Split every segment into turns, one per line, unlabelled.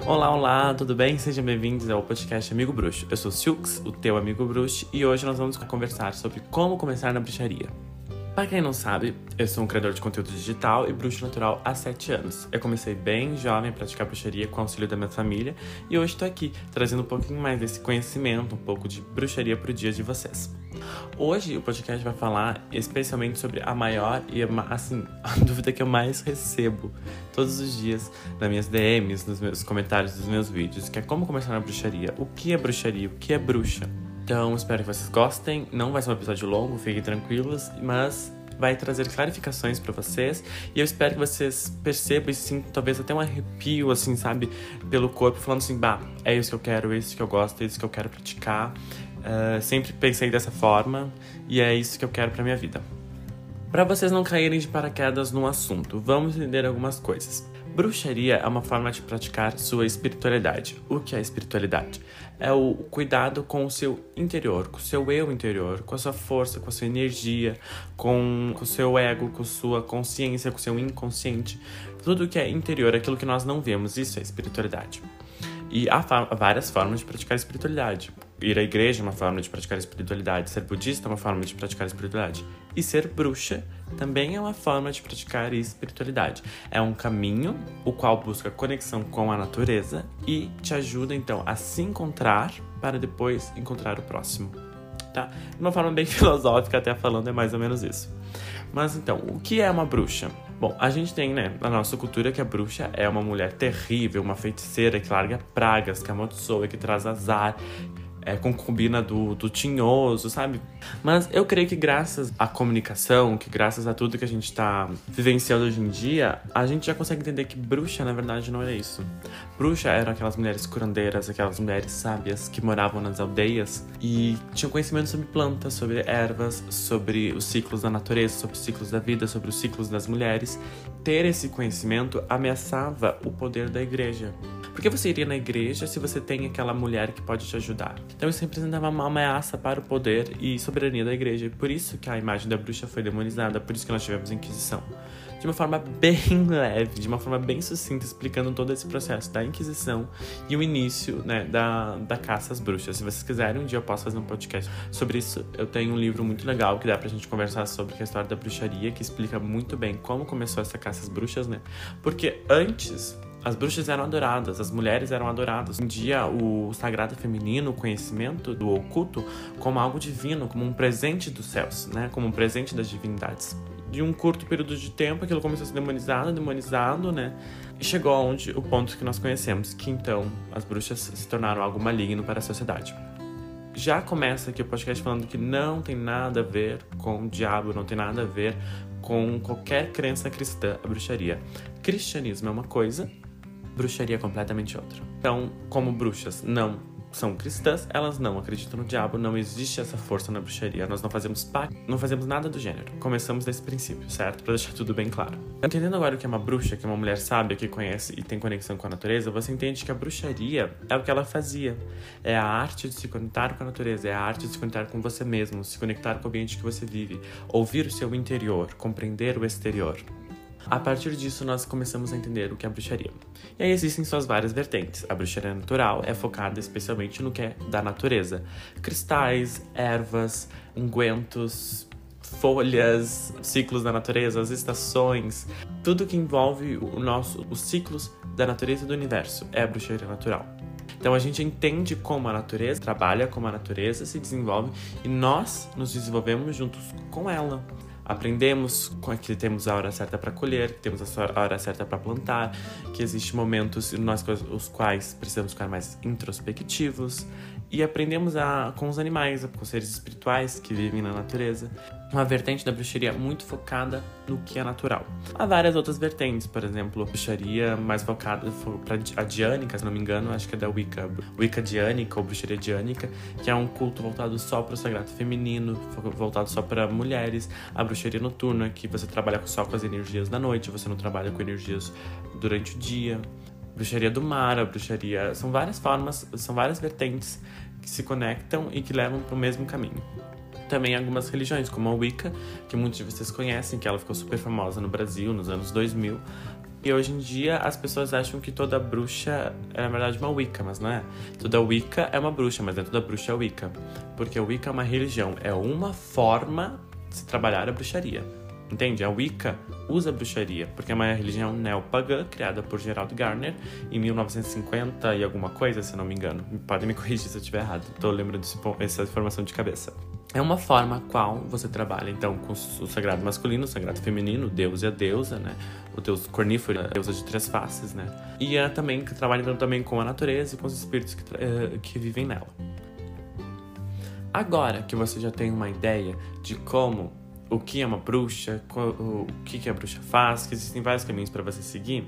Olá, olá, tudo bem? Sejam bem-vindos ao podcast Amigo Bruxo. Eu sou o Silks, o teu amigo bruxo, e hoje nós vamos conversar sobre como começar na bruxaria. Para quem não sabe, eu sou um criador de conteúdo digital e bruxo natural há 7 anos. Eu comecei bem jovem a praticar bruxaria com o auxílio da minha família e hoje estou aqui trazendo um pouquinho mais desse conhecimento, um pouco de bruxaria para o dia de vocês. Hoje o podcast vai falar especialmente sobre a maior e a dúvida que eu mais recebo todos os dias nas minhas DMs, nos meus comentários dos meus vídeos, que é como começar na bruxaria, o que é bruxaria, o que é bruxa. Então espero que vocês gostem, não vai ser um episódio longo, fiquem tranquilos, mas vai trazer clarificações pra vocês e eu espero que vocês percebam e sintam talvez até um arrepio, assim, sabe, pelo corpo, falando assim, é isso que eu quero, é isso que eu gosto, é isso que eu quero praticar. Sempre pensei dessa forma e é isso que eu quero pra minha vida. Para vocês não caírem de paraquedas no assunto, vamos entender algumas coisas. Bruxaria é uma forma de praticar sua espiritualidade. O que é espiritualidade? É o cuidado com o seu interior, com o seu eu interior, com a sua força, com a sua energia, com o seu ego, com a sua consciência, com o seu inconsciente. Tudo que é interior, aquilo que nós não vemos, isso é espiritualidade. E há várias formas de praticar espiritualidade. Ir à igreja é uma forma de praticar espiritualidade. Ser budista é uma forma de praticar espiritualidade. E ser bruxa também é uma forma de praticar espiritualidade. É um caminho o qual busca conexão com a natureza e te ajuda, então, a se encontrar para depois encontrar o próximo. Tá? De uma forma bem filosófica, até falando, é mais ou menos isso. Mas, então, o que é uma bruxa? Bom, a gente tem, na nossa cultura que a bruxa é uma mulher terrível, uma feiticeira que larga pragas, que amaldiçoa, que traz azar, concubina do tinhoso, sabe? Mas eu creio que graças à comunicação, que graças a tudo que a gente tá vivenciando hoje em dia, a gente já consegue entender que bruxa, na verdade, não era isso. Bruxa eram aquelas mulheres curandeiras, aquelas mulheres sábias que moravam nas aldeias e tinham conhecimento sobre plantas, sobre ervas, sobre os ciclos da natureza, sobre os ciclos da vida, sobre os ciclos das mulheres. Ter esse conhecimento ameaçava o poder da igreja. Por que você iria na igreja se você tem aquela mulher que pode te ajudar? Então isso representava uma ameaça para o poder e soberania da igreja. Por isso que a imagem da bruxa foi demonizada, por isso que nós tivemos a Inquisição. De uma forma bem leve, de uma forma bem sucinta, explicando todo esse processo da Inquisição e o início, da caça às bruxas. Se vocês quiserem, um dia eu posso fazer um podcast sobre isso. Eu tenho um livro muito legal que dá pra gente conversar sobre a história da bruxaria, que explica muito bem como começou essa caça às bruxas, Porque antes as bruxas eram adoradas, as mulheres eram adoradas. Um dia, o sagrado feminino, o conhecimento do oculto, como algo divino, como um presente dos céus, como um presente das divindades. De um curto período de tempo, aquilo começou a ser demonizado, e chegou aonde o ponto que nós conhecemos, que então as bruxas se tornaram algo maligno para a sociedade. Já começa aqui o podcast falando que não tem nada a ver com o diabo, não tem nada a ver com qualquer crença cristã, a bruxaria. Cristianismo é uma coisa, bruxaria é completamente outra. Então, como bruxas não são cristãs, elas não acreditam no diabo, não existe essa força na bruxaria. Nós não fazemos pacto, não fazemos nada do gênero. Começamos desse princípio, certo? Pra deixar tudo bem claro. Entendendo agora o que é uma bruxa, que é uma mulher sábia, que conhece e tem conexão com a natureza, você entende que a bruxaria é o que ela fazia. É a arte de se conectar com a natureza, é a arte de se conectar com você mesmo, se conectar com o ambiente que você vive, ouvir o seu interior, compreender o exterior. A partir disso, nós começamos a entender o que é a bruxaria. E aí existem suas várias vertentes. A bruxaria natural é focada especialmente no que é da natureza. Cristais, ervas, ungüentos, folhas, ciclos da natureza, as estações. Tudo que envolve os ciclos da natureza e do universo é a bruxaria natural. Então a gente entende como a natureza trabalha, como a natureza se desenvolve e nós nos desenvolvemos juntos com ela. Aprendemos que temos a hora certa para colher, que temos a hora certa para plantar, que existem momentos os quais precisamos ficar mais introspectivos e aprendemos com os animais, com os seres espirituais que vivem na natureza. Uma vertente da bruxaria muito focada no que é natural. Há várias outras vertentes, por exemplo, a bruxaria mais focada para a diânica, se não me engano, acho que é da Wicca. Wicca diânica ou bruxaria diânica, que é um culto voltado só para o sagrado feminino, voltado só para mulheres. A bruxaria noturna, que você trabalha só com as energias da noite, você não trabalha com energias durante o dia. Bruxaria do mar, a bruxaria... São várias formas, são várias vertentes que se conectam e que levam para o mesmo caminho. também algumas religiões, como a Wicca, que muitos de vocês conhecem, que ela ficou super famosa no Brasil nos anos 2000. E hoje em dia as pessoas acham que toda bruxa é na verdade uma Wicca, mas não é. Toda Wicca é uma bruxa, mas não é toda bruxa é Wicca. Porque a Wicca é uma religião, é uma forma de se trabalhar a bruxaria. Entende? A Wicca usa a bruxaria, porque é uma religião neopagã, criada por Gerald Gardner em 1950 e alguma coisa, se não me engano. Podem me corrigir se eu estiver errado, tô lembrando essa informação de cabeça. É uma forma qual você trabalha, então, com o sagrado masculino, o sagrado feminino, o deus e a deusa, né? O deus cornífero, a deusa de três faces, né? E também trabalha também com a natureza e com os espíritos que vivem nela. Agora que você já tem uma ideia de o que é uma bruxa, o que a bruxa faz, que existem vários caminhos para você seguir,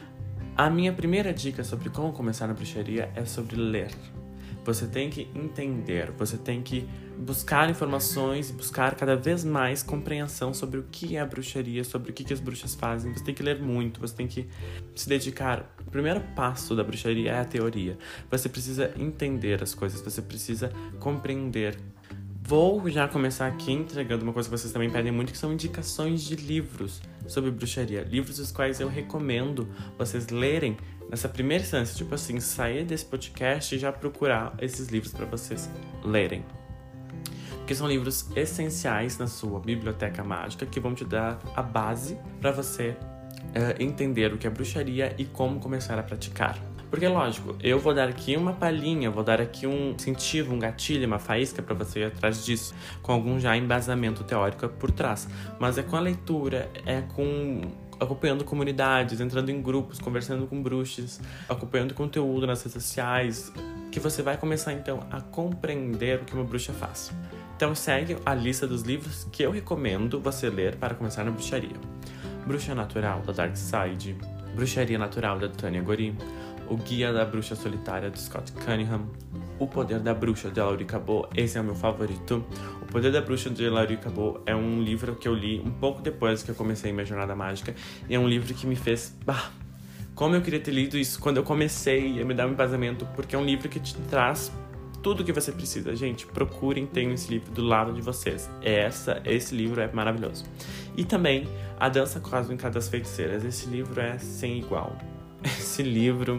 a minha primeira dica sobre como começar na bruxaria é sobre ler. Você tem que entender, você tem que buscar informações, buscar cada vez mais compreensão sobre o que é a bruxaria, sobre o que as bruxas fazem. Você tem que ler muito, você tem que se dedicar. O primeiro passo da bruxaria é a teoria. Você precisa entender as coisas, você precisa compreender. Vou já começar aqui entregando uma coisa que vocês também pedem muito, que são indicações de livros sobre bruxaria. Livros os quais eu recomendo vocês lerem nessa primeira instância. Tipo assim, sair desse podcast e já procurar esses livros para vocês lerem. Porque são livros essenciais na sua biblioteca mágica que vão te dar a base para você entender o que é bruxaria e como começar a praticar. Porque, lógico, eu vou dar aqui uma palhinha, vou dar aqui um incentivo, um gatilho, uma faísca para você ir atrás disso, com algum já embasamento teórico por trás. Mas é com a leitura, acompanhando comunidades, entrando em grupos, conversando com bruxas, acompanhando conteúdo nas redes sociais, que você vai começar, então, a compreender o que uma bruxa faz. Então, segue a lista dos livros que eu recomendo você ler para começar na bruxaria. Bruxa Natural, da Dark Side, Bruxaria Natural, da Tânia Gori, O Guia da Bruxa Solitária, do Scott Cunningham, O Poder da Bruxa, de Laurie Cabot, esse é o meu favorito. O Poder da Bruxa, de Laurie Cabot, é um livro que eu li um pouco depois que eu comecei minha jornada mágica, e é um livro que me fez... como eu queria ter lido isso quando eu comecei a me dar um embasamento, porque é um livro que te traz tudo o que você precisa. Gente, procurem, tenham esse livro do lado de vocês. Esse livro é maravilhoso. E também A Dança Cósmica das Feiticeiras. Esse livro é sem igual. Esse livro...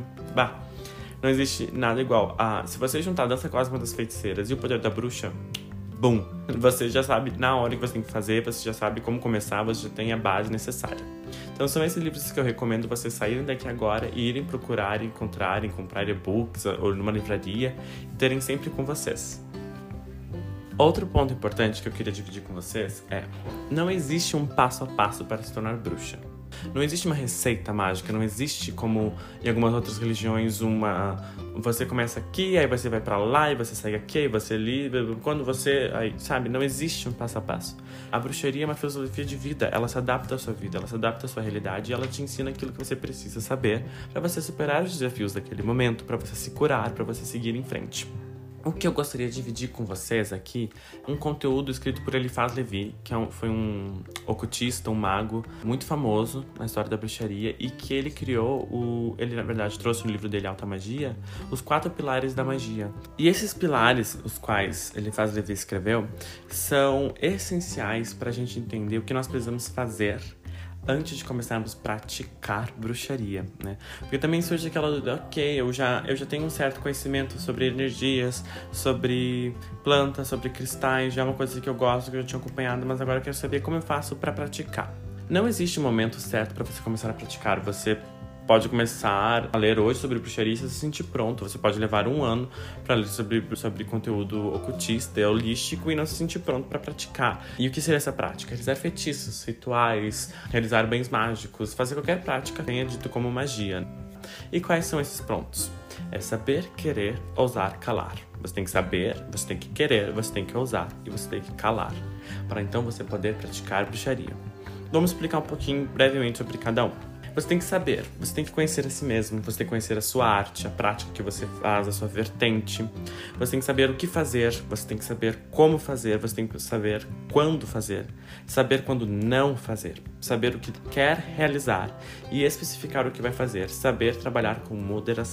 não existe nada igual. Se você juntar A Dança Cósmica das Feiticeiras e O Poder da Bruxa, bum! Você já sabe na hora que você tem que fazer, você já sabe como começar, você já tem a base necessária. Então são esses livros que eu recomendo vocês saírem daqui agora e irem procurar, encontrarem, comprar e-books ou numa livraria e terem sempre com vocês. Outro ponto importante que eu queria dividir com vocês é: não existe um passo a passo para se tornar bruxa. Não existe uma receita mágica, não existe como em algumas outras religiões você começa aqui, aí você vai pra lá, e você segue aqui, aí você ali, quando você... sabe, não existe um passo a passo. A bruxaria é uma filosofia de vida, ela se adapta à sua vida, ela se adapta à sua realidade, e ela te ensina aquilo que você precisa saber pra você superar os desafios daquele momento, pra você se curar, pra você seguir em frente. O que eu gostaria de dividir com vocês aqui é um conteúdo escrito por Eliphas Levi, que foi um ocultista, um mago muito famoso na história da bruxaria, e que ele criou, ele na verdade trouxe no livro dele, Alta Magia, os 4 pilares da magia. E esses pilares, os quais Eliphas Levi escreveu, são essenciais para a gente entender o que nós precisamos fazer antes de começarmos a praticar bruxaria, né? Porque também surge aquela dúvida, ok, eu já tenho um certo conhecimento sobre energias, sobre plantas, sobre cristais, já é uma coisa que eu gosto, que eu já tinha acompanhado, mas agora eu quero saber como eu faço para praticar. Não existe um momento certo para você começar a praticar. Você pode começar a ler hoje sobre bruxaria e se sentir pronto. Você pode levar 1 ano para ler sobre conteúdo ocultista e holístico e não se sentir pronto para praticar. E o que seria essa prática? Realizar feitiços, rituais, realizar bens mágicos, fazer qualquer prática que tenha dito como magia. E quais são esses pontos? É saber, querer, ousar, calar. Você tem que saber, você tem que querer, você tem que ousar e você tem que calar, para então você poder praticar bruxaria. Vamos explicar um pouquinho brevemente sobre cada um. Você tem que saber, você tem que conhecer a si mesmo, você tem que conhecer a sua arte, a prática que você faz, a sua vertente. Você tem que saber o que fazer, você tem que saber como fazer, você tem que saber quando fazer, saber quando não fazer, saber o que quer realizar e especificar o que vai fazer, saber trabalhar com moderação.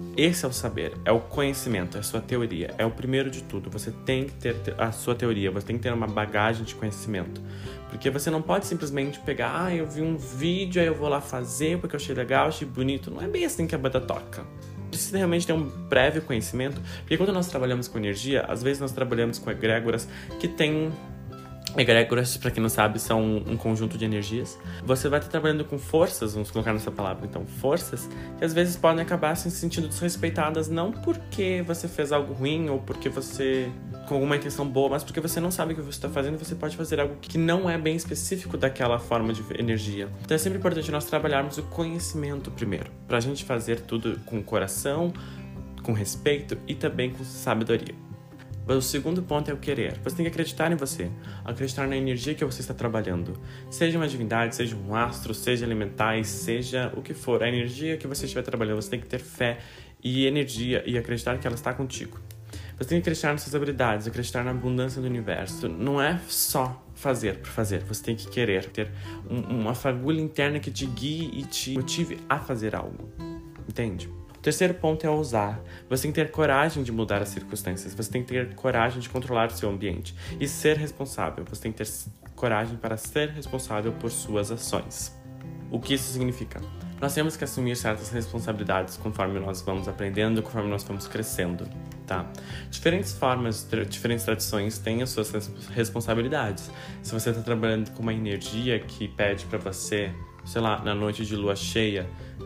Esse é o saber, é o conhecimento, é a sua teoria. É o primeiro de tudo. Você tem que ter a sua teoria, você tem que ter uma bagagem de conhecimento. Porque você não pode simplesmente pegar, eu vi um vídeo, aí eu vou lá fazer porque eu achei legal, achei bonito. Não é bem assim que a banda toca. Precisa realmente ter um prévio conhecimento, porque quando nós trabalhamos com energia, às vezes nós trabalhamos com egrégoras que têm... Egrégoras, pra quem não sabe, são um conjunto de energias. Você vai estar trabalhando com forças, vamos colocar nessa palavra, então, forças, que às vezes podem acabar se sentindo desrespeitadas, não porque você fez algo ruim ou porque você, com alguma intenção boa, mas porque você não sabe o que você está fazendo e você pode fazer algo que não é bem específico daquela forma de energia. Então é sempre importante nós trabalharmos o conhecimento primeiro, pra gente fazer tudo com o coração, com respeito e também com sabedoria. O segundo ponto é o querer. Você tem que acreditar em você, acreditar na energia que você está trabalhando. Seja uma divindade, seja um astro, seja elementais, seja o que for. A energia que você estiver trabalhando, você tem que ter fé e energia e acreditar que ela está contigo. Você tem que acreditar nas suas habilidades, acreditar na abundância do universo. Não é só fazer por fazer, você tem que querer ter uma fagulha interna que te guie e te motive a fazer algo. Entende? O terceiro ponto é ousar. Você tem que ter coragem de mudar as circunstâncias. Você tem que ter coragem de controlar o seu ambiente e ser responsável. Você tem que ter coragem para ser responsável por suas ações. O que isso significa? Nós temos que assumir certas responsabilidades conforme nós vamos aprendendo, conforme nós vamos crescendo, tá? Diferentes formas, diferentes tradições têm as suas responsabilidades. Se você está trabalhando com uma energia que pede para você, sei lá, na noite de lua cheia,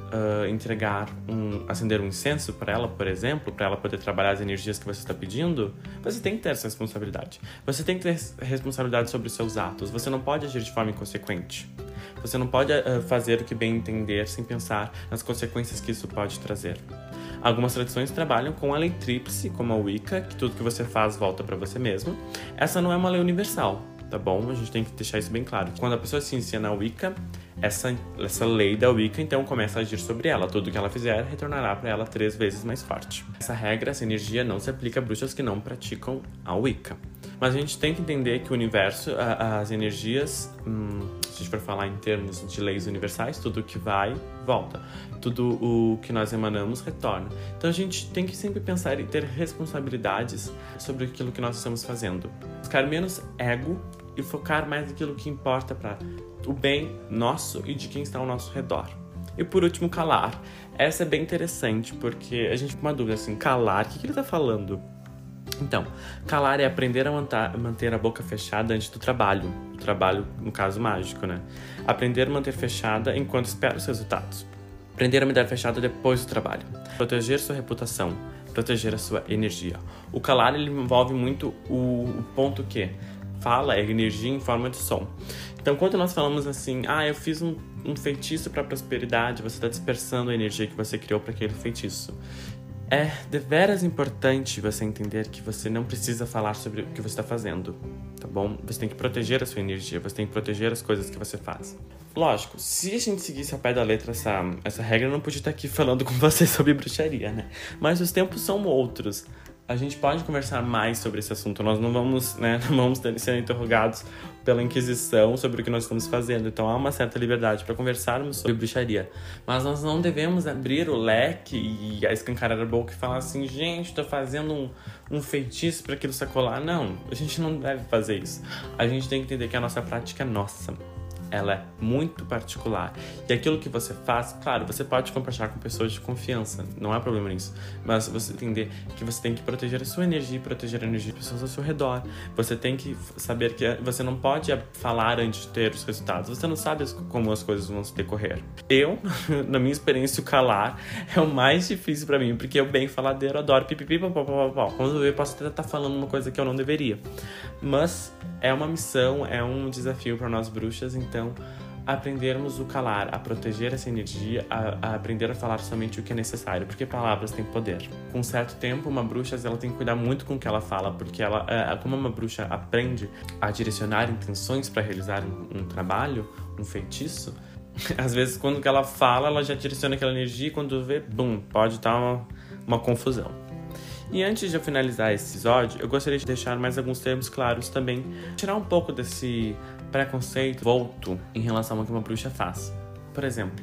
acender um incenso para ela, por exemplo, para ela poder trabalhar as energias que você está pedindo, você tem que ter essa responsabilidade. Você tem que ter responsabilidade sobre os seus atos. Você não pode agir de forma inconsequente. Você não pode fazer o que bem entender sem pensar nas consequências que isso pode trazer. Algumas tradições trabalham com a lei tríplice, como a Wicca, que tudo que você faz volta para você mesmo. Essa não é uma lei universal, tá bom? A gente tem que deixar isso bem claro. Quando a pessoa se inicia na Wicca, essa lei da Wicca, então, começa a agir sobre ela. Tudo que ela fizer retornará para ela 3 vezes mais forte. Essa regra, essa energia, não se aplica a bruxas que não praticam a Wicca. Mas a gente tem que entender que o universo, as energias, se a gente for falar em termos de leis universais, tudo que vai, volta. Tudo o que nós emanamos, retorna. Então a gente tem que sempre pensar em ter responsabilidades sobre aquilo que nós estamos fazendo. Buscar menos ego e focar mais naquilo que importa para o bem nosso e de quem está ao nosso redor. E por último, calar. Essa é bem interessante, porque a gente tem uma dúvida assim, calar, o que ele está falando? Então, calar é aprender a manter a boca fechada antes do trabalho. O trabalho, no caso, mágico, né? Aprender a manter fechada enquanto espera os resultados. Aprender a manter fechada depois do trabalho. Proteger sua reputação. Proteger a sua energia. O calar, ele envolve muito o ponto que fala é energia em forma de som. Então, quando nós falamos assim, eu fiz um feitiço para prosperidade, você está dispersando a energia que você criou para aquele feitiço. É deveras importante você entender que você não precisa falar sobre o que você está fazendo, tá bom? Você tem que proteger a sua energia, você tem que proteger as coisas que você faz. Lógico, se a gente seguisse ao pé da letra essa regra, eu não podia estar aqui falando com vocês sobre bruxaria, né? Mas os tempos são outros. A gente pode conversar mais sobre esse assunto. Nós não vamos, não vamos ser interrogados pela Inquisição sobre o que nós estamos fazendo. Então há uma certa liberdade para conversarmos sobre bruxaria. Mas nós não devemos abrir o leque e escancarar a boca e falar assim, gente, estou fazendo um feitiço para aquilo sacolar. Não, a gente não deve fazer isso. A gente tem que entender que a nossa prática é nossa. Ela é muito particular. E aquilo que você faz, claro, você pode compartilhar com pessoas de confiança, não há problema nisso. Mas você entender que você tem que proteger a sua energia e proteger a energia das pessoas ao seu redor. Você tem que saber que você não pode falar antes de ter os resultados. Você não sabe como as coisas vão se decorrer. Na minha experiência, o calar é o mais difícil pra mim, porque eu bem faladeiro, adoro pipipi, papapá. Quando eu posso até estar falando uma coisa que eu não deveria. Mas é uma missão, é um desafio para nós bruxas, então aprendermos o calar, a proteger essa energia, a aprender a falar somente o que é necessário, porque palavras têm poder. Com um certo tempo, uma bruxa ela tem que cuidar muito com o que ela fala, porque como uma bruxa aprende a direcionar intenções para realizar um trabalho, um feitiço, às vezes quando ela fala, ela já direciona aquela energia e quando vê, pode dar uma confusão. E antes de eu finalizar esse episódio, eu gostaria de deixar mais alguns termos claros também, tirar um pouco desse preconceito volto em relação ao que uma bruxa faz. Por exemplo,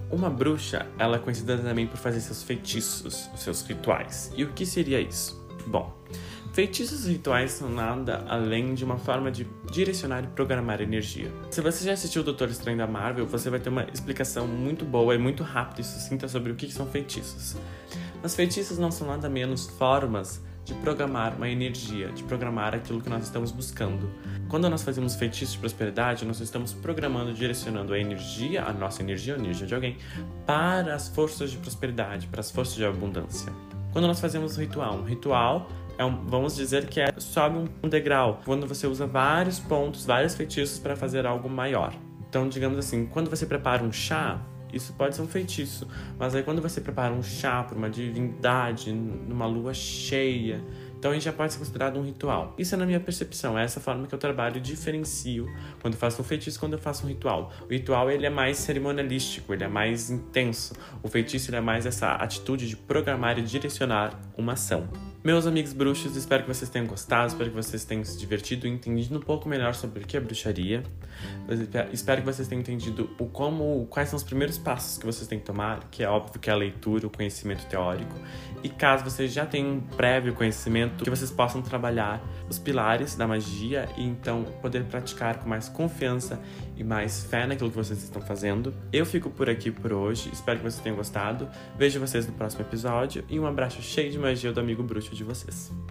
Uma bruxa, ela é conhecida também por fazer seus feitiços, os seus rituais. E o que seria isso? Bom, feitiços e rituais são nada além de uma forma de direcionar e programar energia. Se você já assistiu o Doutor Estranho da Marvel, você vai ter uma explicação muito boa e muito rápida e sucinta sobre o que são feitiços. Mas feitiços não são nada menos formas de programar uma energia, de programar aquilo que nós estamos buscando. Quando nós fazemos feitiços de prosperidade, nós estamos programando, direcionando a energia, a nossa energia, a energia de alguém, para as forças de prosperidade, para as forças de abundância. Quando nós fazemos um ritual vamos dizer que sobe um degrau, quando você usa vários pontos, vários feitiços para fazer algo maior. Então, digamos assim, quando você prepara um chá, isso pode ser um feitiço, mas aí quando você prepara um chá para uma divindade, numa lua cheia, então ele já pode ser considerado um ritual. Isso é na minha percepção, é essa forma que eu trabalho e diferencio quando eu faço um feitiço e quando eu faço um ritual. O ritual ele é mais cerimonialístico, ele é mais intenso. O feitiço ele é mais essa atitude de programar e direcionar uma ação. Meus amigos bruxos, espero que vocês tenham gostado, espero que vocês tenham se divertido e entendido um pouco melhor sobre o que é bruxaria. Espero que vocês tenham entendido quais são os primeiros passos que vocês têm que tomar, que é óbvio que é a leitura, o conhecimento teórico. E caso vocês já tenham um prévio conhecimento, que vocês possam trabalhar os pilares da magia e então poder praticar com mais confiança e mais fé naquilo que vocês estão fazendo. Eu fico por aqui por hoje, espero que vocês tenham gostado. Vejo vocês no próximo episódio e um abraço cheio de magia do amigo bruxo de vocês.